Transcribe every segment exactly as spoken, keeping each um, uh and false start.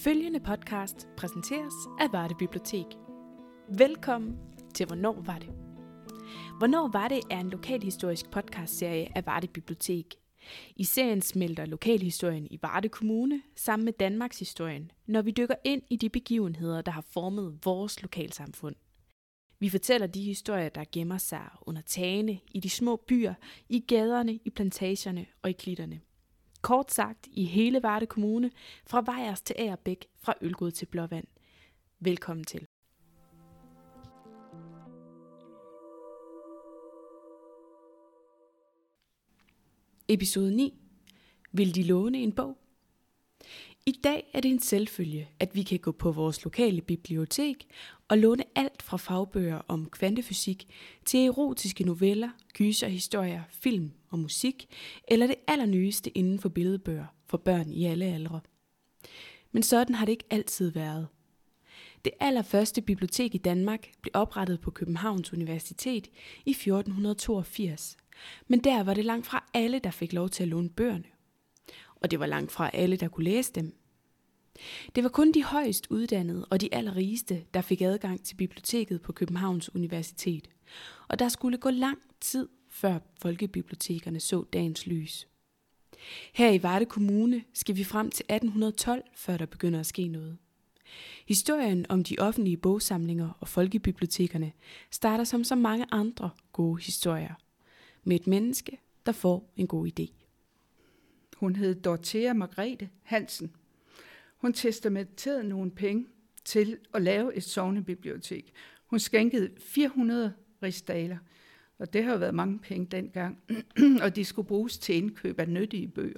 Følgende podcast præsenteres af Varde Bibliotek. Velkommen til Hvornår var det? Hvornår var det er en lokalhistorisk podcastserie af Varde Bibliotek. I serien smelter lokalhistorien i Varde Kommune sammen med Danmarks historien, når vi dykker ind i de begivenheder, der har formet vores lokalsamfund. Vi fortæller de historier, der gemmer sig under tagene, i de små byer, i gaderne, i plantagerne og i klitterne. Kort sagt i hele Varde Kommune, fra Vejers til Agerbæk, fra Ølgod til Blåvand. Velkommen til. Episode ni. Vil de låne en bog? I dag er det en selvfølge, at vi kan gå på vores lokale bibliotek og låne alt fra fagbøger om kvantefysik til erotiske noveller, gyserhistorier, film og musik, eller det allernyeste inden for billedbøger for børn i alle aldre. Men sådan har det ikke altid været. Det allerførste bibliotek i Danmark blev oprettet på Københavns Universitet i fjorten toogfirs, men der var det langt fra alle, der fik lov til at låne bøgerne. Og det var langt fra alle, der kunne læse dem. Det var kun de højst uddannede og de allerrigeste, der fik adgang til biblioteket på Københavns Universitet. Og der skulle gå lang tid, før folkebibliotekerne så dagens lys. Her i Varde Kommune skal vi frem til atten tolv, før der begynder at ske noget. Historien om de offentlige bogsamlinger og folkebibliotekerne starter som så mange andre gode historier. Med et menneske, der får en god idé. Hun hed Dorthea Margrethe Hansen. Hun testamenterede nogle penge til at lave et sognebibliotek. Hun skænkede fire hundrede rigsdaler, og det har jo været mange penge dengang, og de skulle bruges til indkøb af nyttige bøger.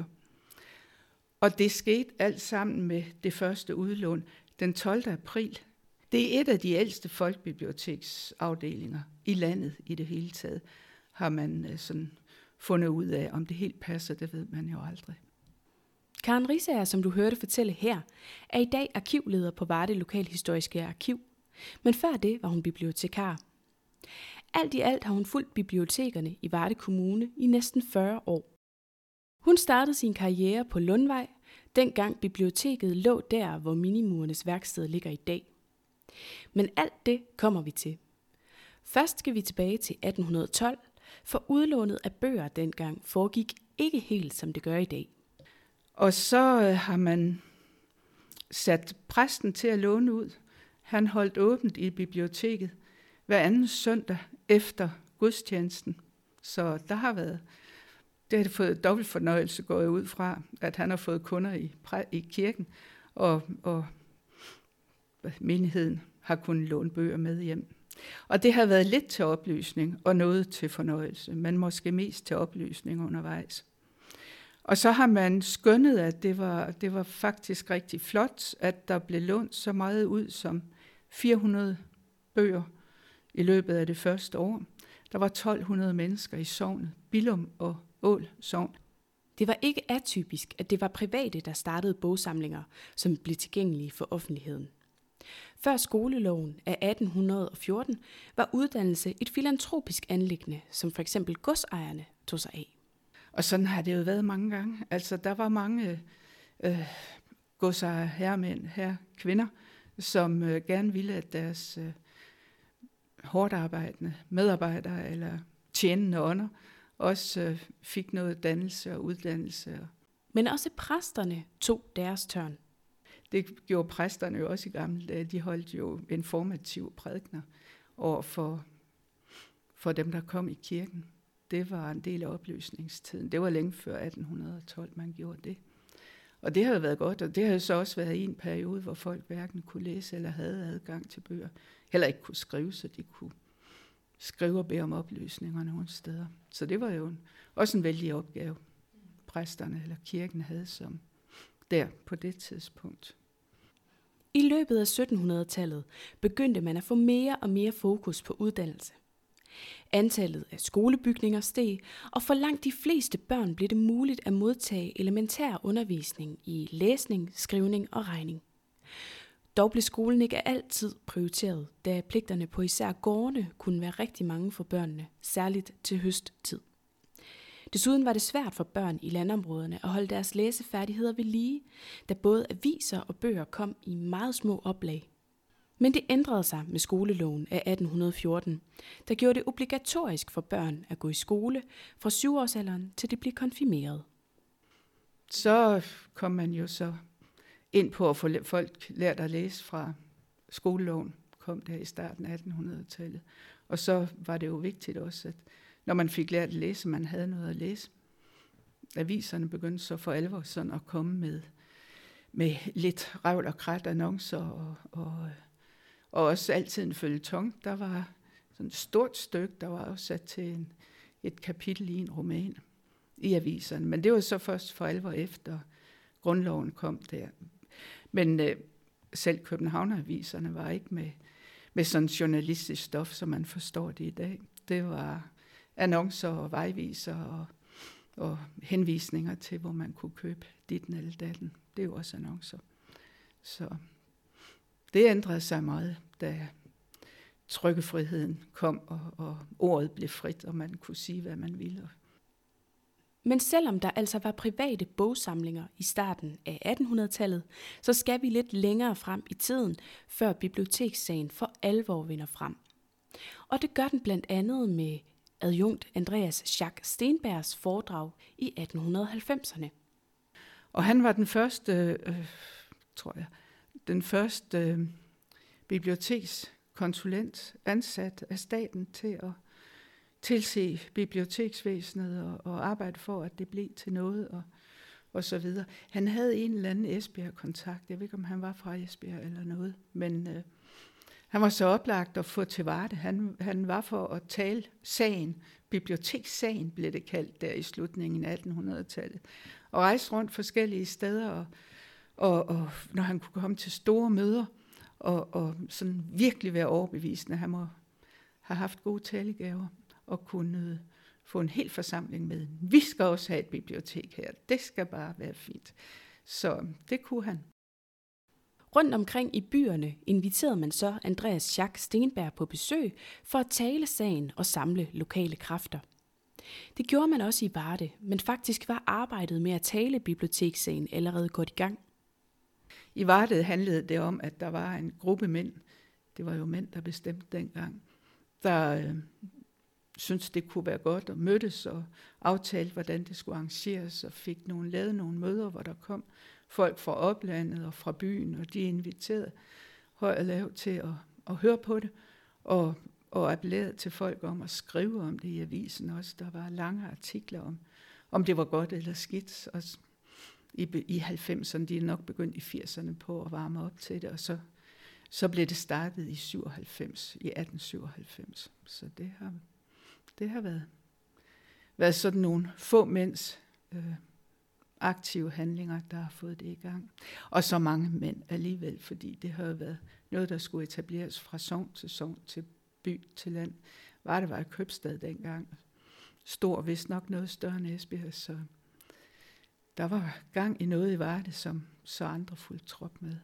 Og det skete alt sammen med det første udlån den tolvte april. Det er et af de ældste folkebiblioteksafdelinger i landet i det hele taget, har man sådan fundet ud af. Om det helt passer, det ved man jo aldrig. Karen Risager, som du hørte fortælle her, er i dag arkivleder på Varde Lokalhistoriske Arkiv, men før det var hun bibliotekar. Alt i alt har hun fulgt bibliotekerne i Varde Kommune i næsten fyrre år. Hun startede sin karriere på Lundvej, dengang biblioteket lå der, hvor Minimurernes værksted ligger i dag. Men alt det kommer vi til. Først skal vi tilbage til atten tolv, for udlånet af bøger dengang foregik ikke helt, som det gør i dag. Og så har man sat præsten til at låne ud. Han holdt åbent i biblioteket hver anden søndag efter gudstjenesten. Så der har været, det har det fået dobbelt fornøjelse, går jeg ud fra, at han har fået kunder i, i kirken, og, og menigheden har kunnet låne bøger med hjem. Og det har været lidt til oplysning og noget til fornøjelse, men måske mest til oplysning undervejs. Og så har man skønnet, at det var, det var faktisk rigtig flot, at der blev lånt så meget ud som fire hundrede bøger i løbet af det første år. Der var tolv hundrede mennesker i sognet, Billum og Ål sogn. Det var ikke atypisk, at det var private, der startede bogsamlinger, som blev tilgængelige for offentligheden. Før skoleloven af atten fjorten var uddannelse et filantropisk anliggende, som for eksempel godsejerne tog sig af. Og sådan har det jo været mange gange. Altså, der var mange øh, godsejere, herremænd, herre, kvinder, som øh, gerne ville, at deres øh, hårdt arbejdende medarbejdere eller tjenende ånder også øh, fik noget dannelse og uddannelse. Men også præsterne tog deres tørn. Det gjorde præsterne jo også i gamle dage. De holdt jo informative prædikener over for, for dem, der kom i kirken. Det var en del af oplysningstiden. Det var længe før atten tolv, man gjorde det. Og det har jo været godt, og det har jo så også været i en periode, hvor folk hverken kunne læse eller havde adgang til bøger. Heller ikke kunne skrive, så de kunne skrive og bede om oplysninger nogle steder. Så det var jo en, også en vældig opgave, præsterne eller kirken havde som der på det tidspunkt. I løbet af syttenhundredetallet begyndte man at få mere og mere fokus på uddannelse. Antallet af skolebygninger steg, og for langt de fleste børn blev det muligt at modtage elementær undervisning i læsning, skrivning og regning. Dog blev skolen ikke altid prioriteret, da pligterne på især gårdene kunne være rigtig mange for børnene, særligt til høsttid. Desuden var det svært for børn i landområderne at holde deres læsefærdigheder ved lige, da både aviser og bøger kom i meget små oplag. Men det ændrede sig med skoleloven af atten fjorten, der gjorde det obligatorisk for børn at gå i skole fra syvårsalderen til de blev konfirmeret. Så kom man jo så ind på at få folk lært at læse fra skoleloven, kom der i starten af attenhundredetallet. Og så var det jo vigtigt også, at når man fik lært at læse, man havde noget at læse. Aviserne begyndte så for alvor sådan at komme med, med lidt revl og krat annoncer, og, og, og også altid en føljeton. Der var sådan et stort stykke, der var også sat til en, et kapitel i en roman i aviserne. Men det var så først for alvor efter grundloven kom der. Men øh, selv Københavneraviserne var ikke med, med sådan journalistisk stof, som man forstår det i dag. Det var annoncer og vejviser og, og henvisninger til, hvor man kunne købe ditten eller datten. Det er jo også annoncer. Så det ændrede sig meget, da trykkefriheden kom, og, og ordet blev frit, og man kunne sige, hvad man ville. Men selvom der altså var private bogsamlinger i starten af attenhundredetallet, så skal vi lidt længere frem i tiden, før bibliotekssagen for alvor vinder frem. Og det gør den blandt andet med adjunkt Andreas Schack Steenbergs foredrag i attenhundrede-halvfemserne. Og han var den første, øh, tror jeg, den første øh, bibliotekskonsulent ansat af staten til at tilse biblioteksvæsenet og, og arbejde for, at det blev til noget og, og så videre. Han havde en eller anden Esbjerg-kontakt. Jeg ved ikke, om han var fra Esbjerg eller noget, men øh, han var så oplagt at få til Varde. Han, han var for at tale sagen. Bibliotekssagen blev det kaldt der i slutningen af attenhundredetallet. Og rejste rundt forskellige steder, og, og, og når han kunne komme til store møder, og, og sådan virkelig være overbevisende. Han må have haft gode talegaver og kunne få en hel forsamling med. Vi skal også have et bibliotek her. Det skal bare være fint. Så det kunne han. Rundt omkring i byerne inviterede man så Andreas Schack Steenberg på besøg for at tale sagen og samle lokale kræfter. Det gjorde man også i Varde, men faktisk var arbejdet med at tale bibliotekssagen allerede godt i gang. I Varde handlede det om, at der var en gruppe mænd, det var jo mænd, der bestemte dengang, der øh, syntes, det kunne være godt at mødes og aftale, hvordan det skulle arrangeres, og fik nogle, lavet nogle møder, hvor der kom folk fra oplandet og fra byen, og de inviterede høj og lav til at, at høre på det, og, og appellerede til folk om at skrive om det i avisen også. Der var lange artikler om, om det var godt eller skidt. Og i, i halvfemserne, de er nok begyndt i firserne på at varme op til det, og så, så blev det startet i syvoghalvfems, i atten syvoghalvfems. Så det har, det har været, været sådan nogle få mænds øh, aktive handlinger, der har fået det i gang. Og så mange mænd alligevel, fordi det har været noget, der skulle etableres fra sogn til sogn, til by til land. Varde var et købstad dengang. Stor, vist nok noget større end Esbjerg, så der var gang i noget i Varde, som så andre fulgte trop med.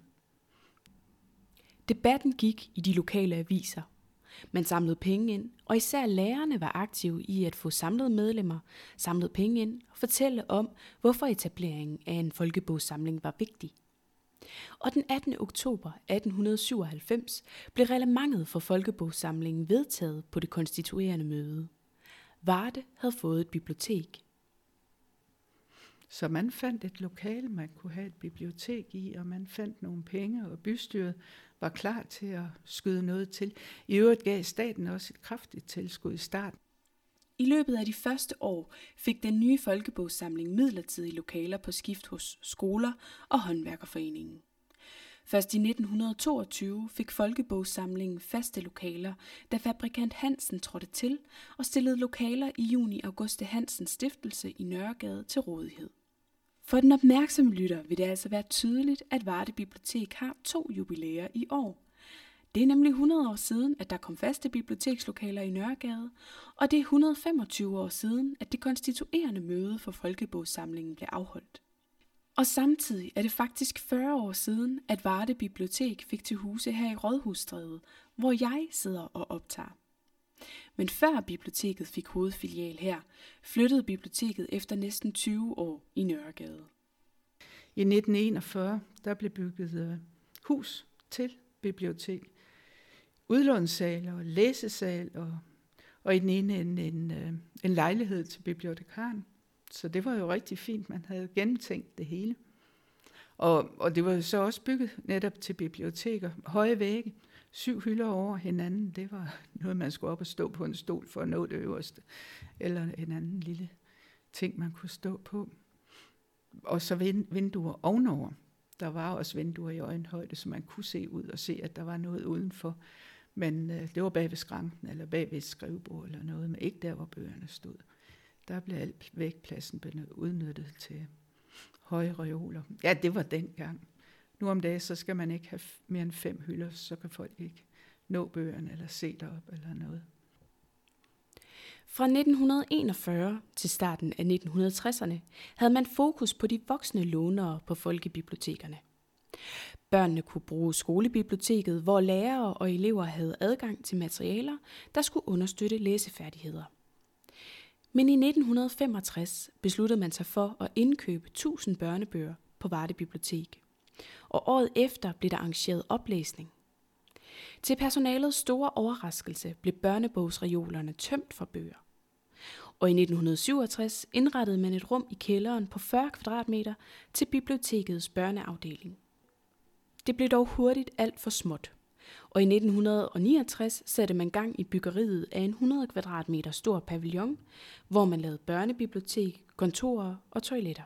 Debatten gik i de lokale aviser. Man samlede penge ind, og især lærerne var aktive i at få samlede medlemmer, samlet penge ind og fortælle om, hvorfor etableringen af en folkebogssamling var vigtig. Og den attende oktober atten syvoghalvfems blev reglementet for folkebogssamlingen vedtaget på det konstituerende møde. Varde havde fået et bibliotek. Så man fandt et lokale, man kunne have et bibliotek i, og man fandt nogle penge, og bystyret var klar til at skyde noget til. I øvrigt gav staten også et kraftigt tilskud i starten. I løbet af de første år fik den nye folkebogssamling midlertidige lokaler på skift hos skoler og håndværkerforeningen. Først i nitten toogtyve fik folkebogssamlingen faste lokaler, da fabrikant Hansen trådte til og stillede lokaler i juni Auguste Hansens stiftelse i Nørregade til rådighed. For den opmærksomme lytter vil det altså være tydeligt, at Varde Bibliotek har to jubilæer i år. Det er nemlig hundrede år siden, at der kom faste bibliotekslokaler i Nørregade, og det er et hundrede og femogtyve år siden, at det konstituerende møde for folkebogssamlingen blev afholdt. Og samtidig er det faktisk fyrre år siden, at Varde Bibliotek fik til huse her i Rådhusstræde, hvor jeg sidder og optager. Men før biblioteket fik hovedfilial her, flyttede biblioteket efter næsten tyve år i Nørregade. I nitten enogfyrre der blev bygget uh, hus til bibliotek. Udlånssal og læsesal, og, og i den ene en, en, uh, en lejlighed til bibliotekaren. Så det var jo rigtig fint, man havde gennemtænkt det hele. Og, og det var jo så også bygget netop til biblioteker. Høje vægge, syv hylder over hinanden, det var noget, man skulle op og stå på en stol for at nå det øverste. Eller en anden lille ting, man kunne stå på. Og så vinduer ovenover. Der var også vinduer i øjenhøjde, så man kunne se ud og se, at der var noget udenfor. Men øh, det var bag ved skranken, eller bag ved et skrivebord eller noget, men ikke der, hvor bøgerne stod. Der blev alt vægpladsen udnyttet til høje reoler. Ja, det var dengang. Nu om dagen, så skal man ikke have mere end fem hylder, så kan folk ikke nå bøgerne eller se derop eller noget. Fra nitten enogfyrre til starten af nitten tresserne havde man fokus på de voksne lånere på folkebibliotekerne. Børnene kunne bruge skolebiblioteket, hvor lærere og elever havde adgang til materialer, der skulle understøtte læsefærdigheder. Men i nitten femogtres besluttede man sig for at indkøbe tusind børnebøger på Varde Bibliotek. Og året efter blev der arrangeret oplæsning. Til personalets store overraskelse blev børnebogsreolerne tømt for bøger. Og i nitten syvogtres indrettede man et rum i kælderen på fyrre kvadratmeter til bibliotekets børneafdeling. Det blev dog hurtigt alt for småt, og i nitten niogtres satte man gang i byggeriet af en hundrede kvadratmeter stor pavillon, hvor man lavede børnebibliotek, kontorer og toiletter.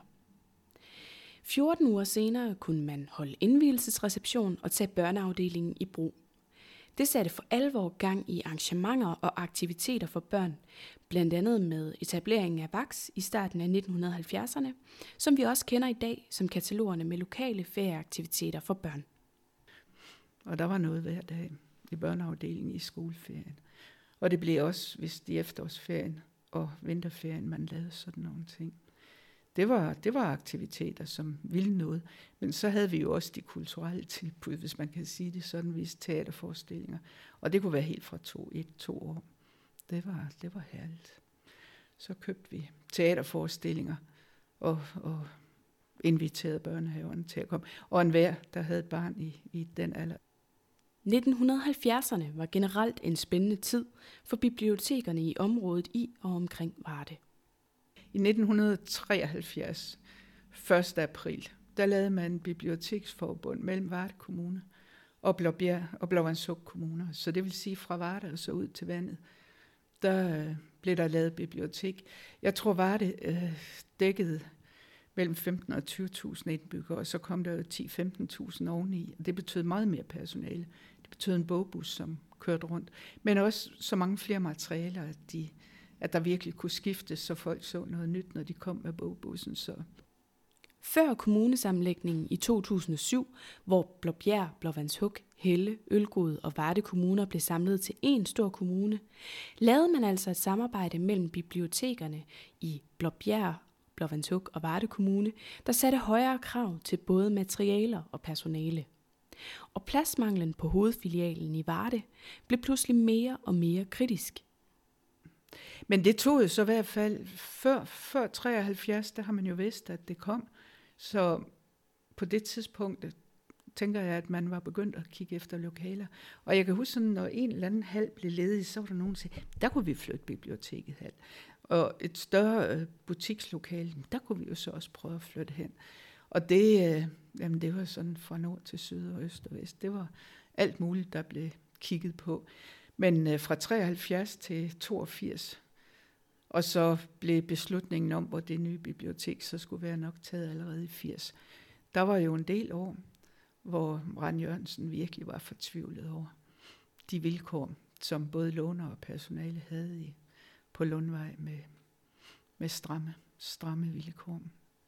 fjorten uger senere kunne man holde indvielsesreception og tage børneafdelingen i brug. Det satte for alvor gang i arrangementer og aktiviteter for børn, blandt andet med etableringen af V A X i starten af nitten halvfjerdserne, som vi også kender i dag som katalogerne med lokale ferieaktiviteter for børn. Og der var noget hver dag i børneafdelingen i skoleferien. Og det blev også, hvis de efterårsferien og vinterferien, man lavede sådan nogle ting. Det var, det var aktiviteter, som ville noget. Men så havde vi jo også de kulturelle tilbud, hvis man kan sige det sådan, vist teaterforestillinger. Og det kunne være helt fra to, et, to år. Det var, det var herligt. Så købte vi teaterforestillinger og, og inviterede børnehaverne til at komme. Og enhver, der havde et barn i, i den alder. nitten halvfjerdserne var generelt en spændende tid for bibliotekerne i området i og omkring Varde. I nitten treoghalvfjerds, første april, der lavede man en biblioteksforbund mellem Varde Kommune og Blåbjerg og Blåvandshuk kommuner. Så det vil sige fra Varde og så ud til vandet, der øh, blev der lavet bibliotek. Jeg tror Varde øh, dækkede mellem femten og tyve tusind indbyggere, og så kom der jo ti til femten tusind oveni. Det betød meget mere personale. Det betød en bogbus, som kørte rundt. Men også så mange flere materialer, at, de, at der virkelig kunne skiftes, så folk så noget nyt, når de kom med bogbussen. Så. Før kommunesammenlægningen i to tusind og syv, hvor Blåbjerg, Blåvandshuk, Helle, Ølgod og Varde kommuner blev samlet til én stor kommune, lavede man altså et samarbejde mellem bibliotekerne i Blåbjerg, Blåvandshuk og Varde Kommune, der satte højere krav til både materialer og personale. Og pladsmanglen på hovedfilialen i Varde blev pludselig mere og mere kritisk. Men det tog jo så i hvert fald før, før treoghalvfjerds, der har man jo vidst, at det kom. Så på det tidspunkt tænker jeg, at man var begyndt at kigge efter lokaler. Og jeg kan huske, sådan, når en eller anden hal blev ledig, så var der nogen, der sagde, der kunne vi flytte biblioteket hen. Og et større butikslokale, der kunne vi jo så også prøve at flytte hen. Og det, øh, jamen det var sådan fra nord til syd og øst og vest. Det var alt muligt, der blev kigget på. Men øh, fra treoghalvfjerds til toogfirs, og så blev beslutningen om, hvor det nye bibliotek så skulle være nok taget allerede i firs. Der var jo en del år, hvor Rand Jørgensen virkelig var fortvivlet over de vilkår, som både låner og personale havde i, på Lundvej med, med stramme, stramme vilkår.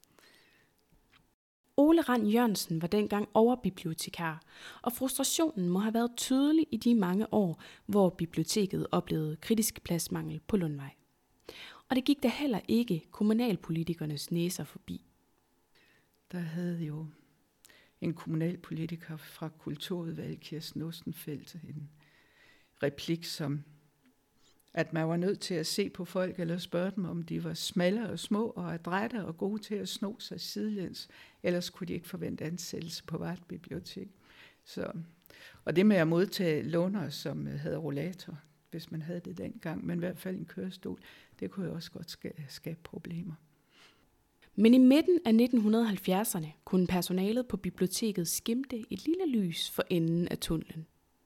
Ole Rand Jørgensen var dengang overbibliotekar, og frustrationen må have været tydelig i de mange år, hvor biblioteket oplevede kritisk pladsmangel på Lundvej. Og det gik da heller ikke kommunalpolitikernes næser forbi. Der havde jo en kommunalpolitiker fra kulturudvalget, Kirsten Ostenfeldt, en replik, som at man var nødt til at se på folk eller spørge dem, om de var smalle og små og adrætte og gode til at sno sig sidelæns. Ellers kunne de ikke forvente ansættelse på Varde Bibliotek. Så, og det med at modtage lånere, som havde rollator, hvis man havde det dengang, men i hvert fald en kørestol, det kunne jo også godt skabe problemer. Men i midten af nitten halvfjerdserne kunne personalet på biblioteket skimte et lille lys for enden af tunnelen.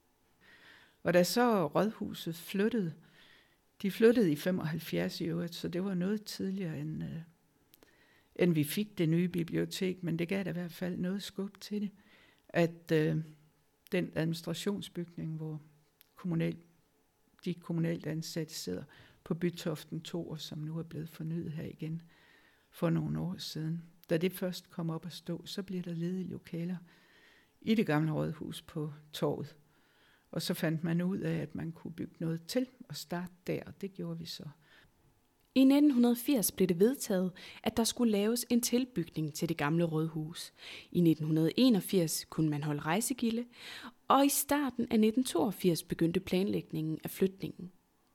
Og da så rådhuset flyttede, de flyttede i femoghalvfjerds i øvrigt, så det var noget tidligere, end, øh, end vi fik det nye bibliotek, men det gav da i hvert fald noget skub til det, at øh, den administrationsbygning, hvor kommunal, de kommunalt ansatte sidder på Bytoften to, som nu er blevet fornyet her igen for nogle år siden. Da det først kom op at stå, så blev der ledige lokaler i det gamle rådhus på torvet. Og så fandt man ud af, at man kunne bygge noget til og starte der, og det gjorde vi så. I nitten firs blev det vedtaget, at der skulle laves en tilbygning til det gamle rådhus. I nitten enogfirs kunne man holde rejsegilde, og i starten af nitten toogfirs begyndte planlægningen af flytningen.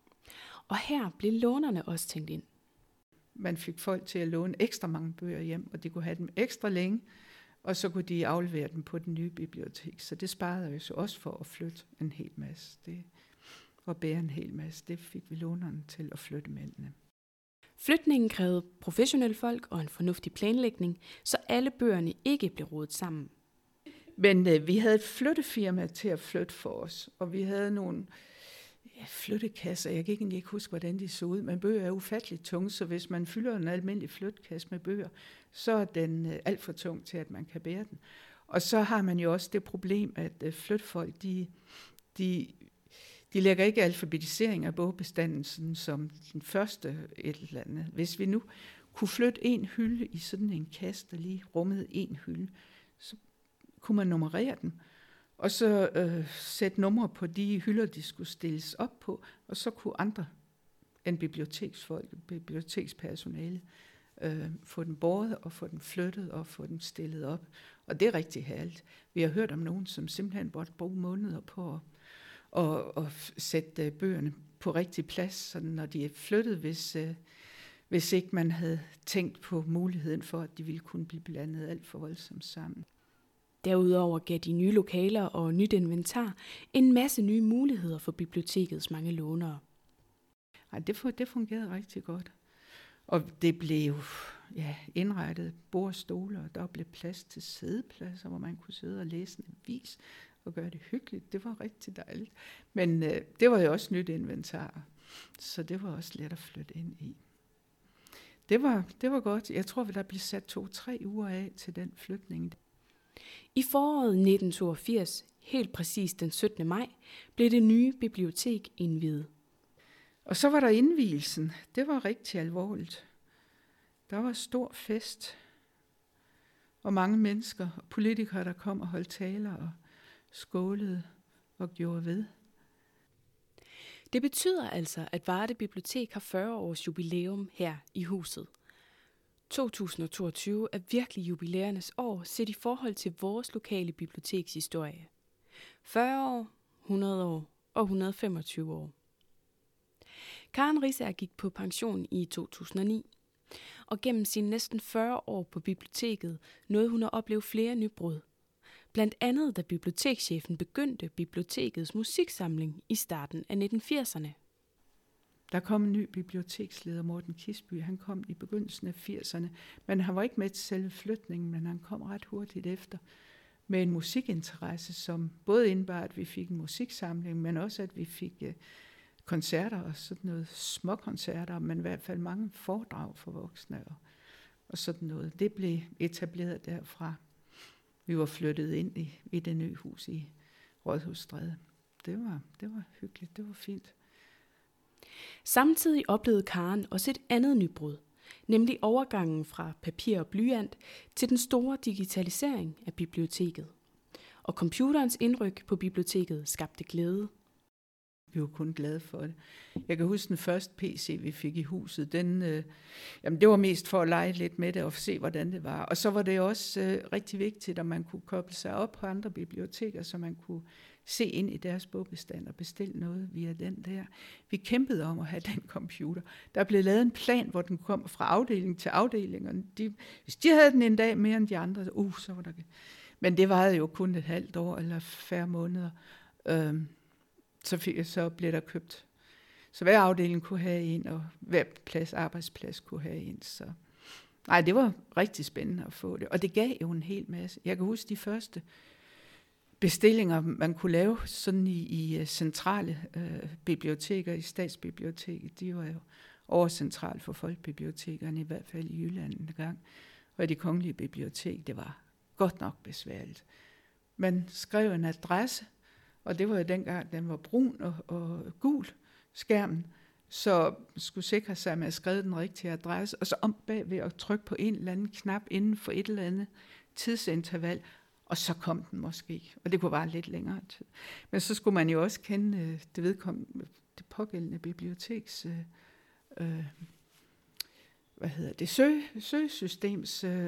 Og her blev lånerne også tænkt ind. Man fik folk til at låne ekstra mange bøger hjem, og de kunne have dem ekstra længe, og så kunne de aflevere dem på den nye bibliotek. Så det sparede jo så også for at flytte en hel masse. Det, og bære en hel masse. Det fik vi lånerne til at flytte mændene. Flytningen krævede professionelle folk og en fornuftig planlægning, så alle bøgerne ikke blev rodet sammen. Men øh, vi havde et flyttefirma til at flytte for os, og vi havde nogle ja, flyttekasser. Jeg kan ikke, ikke huske, hvordan de så ud, men bøger er ufatteligt tunge, så hvis man fylder en almindelig flyttekasse med bøger, så er den øh, alt for tung til, at man kan bære den. Og så har man jo også det problem, at øh, flytfolk, de, de, de lægger ikke alfabetisering af bogbestanden sådan, som den første et eller andet. Hvis vi nu kunne flytte en hylde i sådan en kasse, der lige rummede en hylde, så kunne man nummerere dem, og så øh, sætte numre på de hylder, de skulle stilles op på, og så kunne andre end biblioteksfolk, bibliotekspersonale, øh, få dem båret og få dem flyttet og få dem stillet op. Og det er rigtig herligt. Vi har hørt om nogen, som simpelthen måtte bruge måneder på at og, og sætte bøgerne på rigtig plads, sådan når de er flyttet, hvis, øh, hvis ikke man havde tænkt på muligheden for, at de ville kunne blive blandet alt for voldsomt sammen. Derudover gav de nye lokaler og nyt inventar en masse nye muligheder for bibliotekets mange lånere. Ej, det, det fungerede rigtig godt. Og det blev ja, indrettet bord og stole, og der blev plads til sædepladser, hvor man kunne sidde og læse en avis og gøre det hyggeligt. Det var rigtig dejligt. Men øh, det var jo også nyt inventar, så det var også let at flytte ind i. Det var, det var godt. Jeg tror, der blev sat to-tre uger af til den flytning. I foråret nitten toogfirs, helt præcis den syttende maj, blev det nye bibliotek indviet. Og så var der indvielsen. Det var rigtig alvorligt. Der var stor fest, og mange mennesker og politikere, der kom og holdt taler og skålede og gjorde ved. Det betyder altså, at Varde Bibliotek har fyrre års jubilæum her i huset. to tusind toogtyve er virkelig jubilæernes år set i forhold til vores lokale bibliotekshistorie. fyrre år, hundrede år og et hundrede og femogtyve år. Karen Riisager gik på pension i to tusind og ni, og gennem sine næsten fyrre år på biblioteket nåede hun at opleve flere nybrud. Blandt andet da bibliotekschefen begyndte bibliotekets musiksamling i starten af nitten firserne. Der kom en ny biblioteksleder, Morten Kisby. Han kom i begyndelsen af firserne, men han var ikke med til selve flytningen, men han kom ret hurtigt efter med en musikinteresse, som både indebar, at vi fik en musiksamling, men også at vi fik uh, koncerter og sådan noget små koncerter, men i hvert fald mange foredrag for voksne og, og sådan noget. Det blev etableret derfra. Vi var flyttet ind i, i det nye hus i Rådhusstræde. Det var, det var hyggeligt, det var fint. Samtidig oplevede Karen også et andet nybrud, nemlig overgangen fra papir og blyant til den store digitalisering af biblioteket. Og computerens indryk på biblioteket skabte glæde. Vi var kun glade for det. Jeg kan huske den første P C, vi fik i huset. Den, øh, jamen det var mest for at lege lidt med det og se, hvordan det var. Og så var det også øh, rigtig vigtigt, at man kunne koble sig op på andre biblioteker, så man kunne se ind i deres bogbestand og bestille noget via den der. Vi kæmpede om at have den computer. Der blev lavet en plan, hvor den kom fra afdeling til afdeling. Og de, hvis de havde den en dag mere end de andre, uh, så var der... Men det varede jo kun et halvt år eller færre måneder. Øhm, så, fik, så blev der købt. Så hver afdeling kunne have en, og hver plads, arbejdsplads kunne have en. Så nej, det var rigtig spændende at få det. Og det gav jo en hel masse. Jeg kan huske de første bestillinger, man kunne lave sådan i, i centrale øh, biblioteker, i statsbiblioteket. De var jo overcentralt for folkebibliotekerne, i hvert fald i Jylland en gang. Og i det kongelige bibliotek, det var godt nok besværligt. Man skrev en adresse, og det var jo dengang, den var brun og, og gul, skærmen, så skulle sikre sig, at man skrev den rigtige adresse, og så om bagved at trykke på en eller anden knap inden for et eller andet tidsinterval, og så kom den måske, og det kunne være lidt længere tid. Men så skulle man jo også kende det vedkommende, det pågældende biblioteks, øh, øh, hvad hedder det, søg, søgesystems, øh,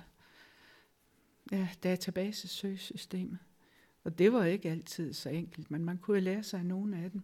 ja, database-søgesystem. Og det var ikke altid så enkelt, men man kunne lære sig nogle af dem.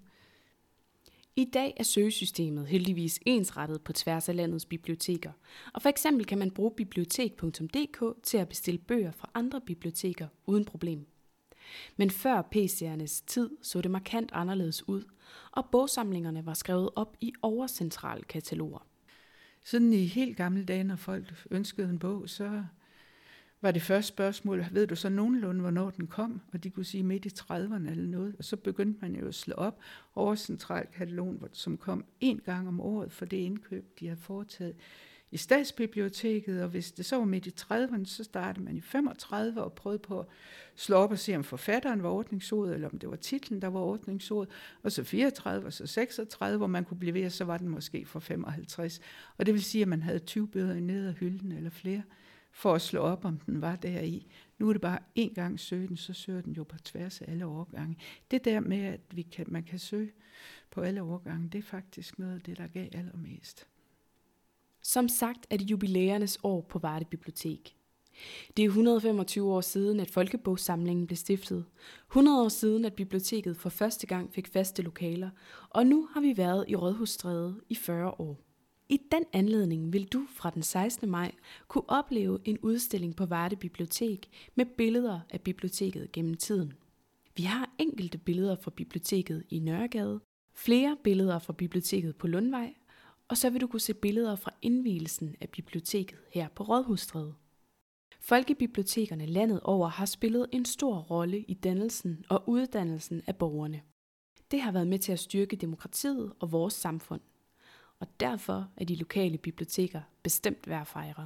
I dag er søgesystemet heldigvis ensrettet på tværs af landets biblioteker, og for eksempel kan man bruge bibliotek punktum d k til at bestille bøger fra andre biblioteker uden problem. Men før P C'ernes tid så det markant anderledes ud, og bogsamlingerne var skrevet op i overcentrale kataloger. Sådan i helt gamle dage, når folk ønskede en bog, så var det første spørgsmål, ved du så nogenlunde, hvornår den kom? Og de kunne sige midt i trediverne eller noget. Og så begyndte man jo at slå op over centralkatalogen, som kom en gang om året for det indkøb, de havde foretaget i statsbiblioteket. Og hvis det så var midt i trediverne, så startede man i femogtredive og prøvede på at slå op og se, om forfatteren var ordningsordet, eller om det var titlen, der var ordningsordet. Og så fireogtredive og så seksogtredive, hvor man kunne blive ved, så var den måske fra femoghalvtreds. Og det vil sige, at man havde tyve bøger nede af hylden eller flere, for at slå op, om den var deri. Nu er det bare en gang søge den, så søger den jo på tværs af alle årgange. Det der med, at vi kan, man kan søge på alle årgange, det er faktisk noget af det, der gav allermest. Som sagt er det jubilæernes år på Varde Bibliotek. Det er et hundrede og femogtyve år siden, at Folkebogsamlingen blev stiftet. hundrede år siden, at biblioteket for første gang fik faste lokaler. Og nu har vi været i Rådhusstræde i fyrre år. I den anledning vil du fra den sekstende maj kunne opleve en udstilling på Varde Bibliotek med billeder af biblioteket gennem tiden. Vi har enkelte billeder fra biblioteket i Nørregade, flere billeder fra biblioteket på Lundvej, og så vil du kunne se billeder fra indvielsen af biblioteket her på Rådhusstræde. Folkebibliotekerne landet over har spillet en stor rolle i dannelsen og uddannelsen af borgerne. Det har været med til at styrke demokratiet og vores samfund. Og derfor er de lokale biblioteker bestemt værd at fejre.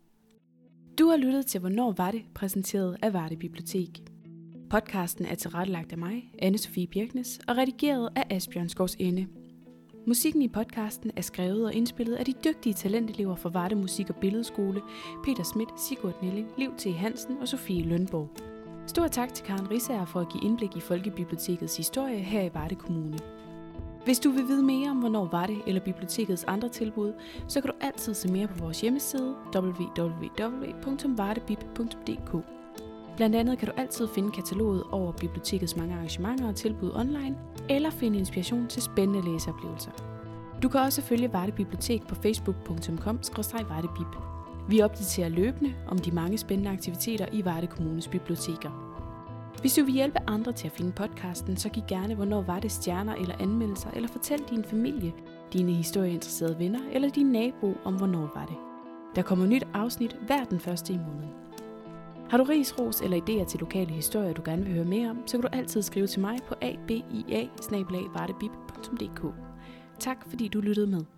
Du har lyttet til Hvornår var det? Præsenteret af Varde Bibliotek. Podcasten er tilrettelagt af mig, Anne-Sophie Birknes, og redigeret af Asbjørn Skovsende. Musikken i podcasten er skrevet og indspillet af de dygtige talentelever fra Varde Musik- og Billedskole, Peter Schmidt, Sigurd Nelling, Liv T. Hansen og Sofie Lønborg. Stor tak til Karen Risager for at give indblik i Folkebibliotekets historie her i Varde Kommune. Hvis du vil vide mere om, hvornår var det, eller bibliotekets andre tilbud, så kan du altid se mere på vores hjemmeside w w w punktum vardebib punktum d k. Blandt andet kan du altid finde kataloget over bibliotekets mange arrangementer og tilbud online, eller finde inspiration til spændende læseoplevelser. Du kan også følge Varde Bibliotek på facebook punktum com skråstreg vardebib. Vi opdaterer løbende om de mange spændende aktiviteter i Varde Kommunes biblioteker. Hvis du vil hjælpe andre til at finde podcasten, så giv gerne Hvornår var det stjerner eller anmeldelser, eller fortæl din familie, dine historieinteresserede venner eller din nabo om Hvornår var det. Der kommer nyt afsnit hver den første i måneden. Har du ris, ros eller idéer til lokale historier, du gerne vil høre mere om, så kan du altid skrive til mig på a b i a bindestreg vardebib punktum d k. Tak fordi du lyttede med.